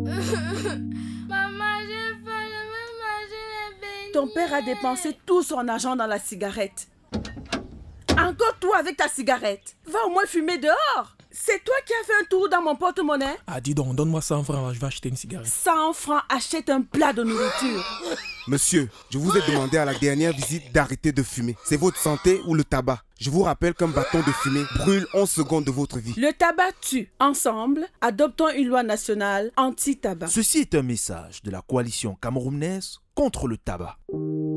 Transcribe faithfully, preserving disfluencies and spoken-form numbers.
Maman, j'ai faim, je veux manger les beignets. Ton père a dépensé tout son argent dans la cigarette. Encore toi avec ta cigarette. Va au moins fumer dehors. C'est toi qui as fait un tour dans mon porte-monnaie. Ah, dis donc, donne-moi cent francs, je vais acheter une cigarette. cent francs, achète un plat de nourriture. Monsieur, je vous ai demandé à la dernière visite d'arrêter de fumer. C'est votre santé ou le tabac? Je vous rappelle qu'un bâton de fumée brûle onze secondes de votre vie. Le tabac tue. Ensemble, adoptons une loi nationale anti-tabac. Ceci est un message de la coalition camerounaise contre le tabac.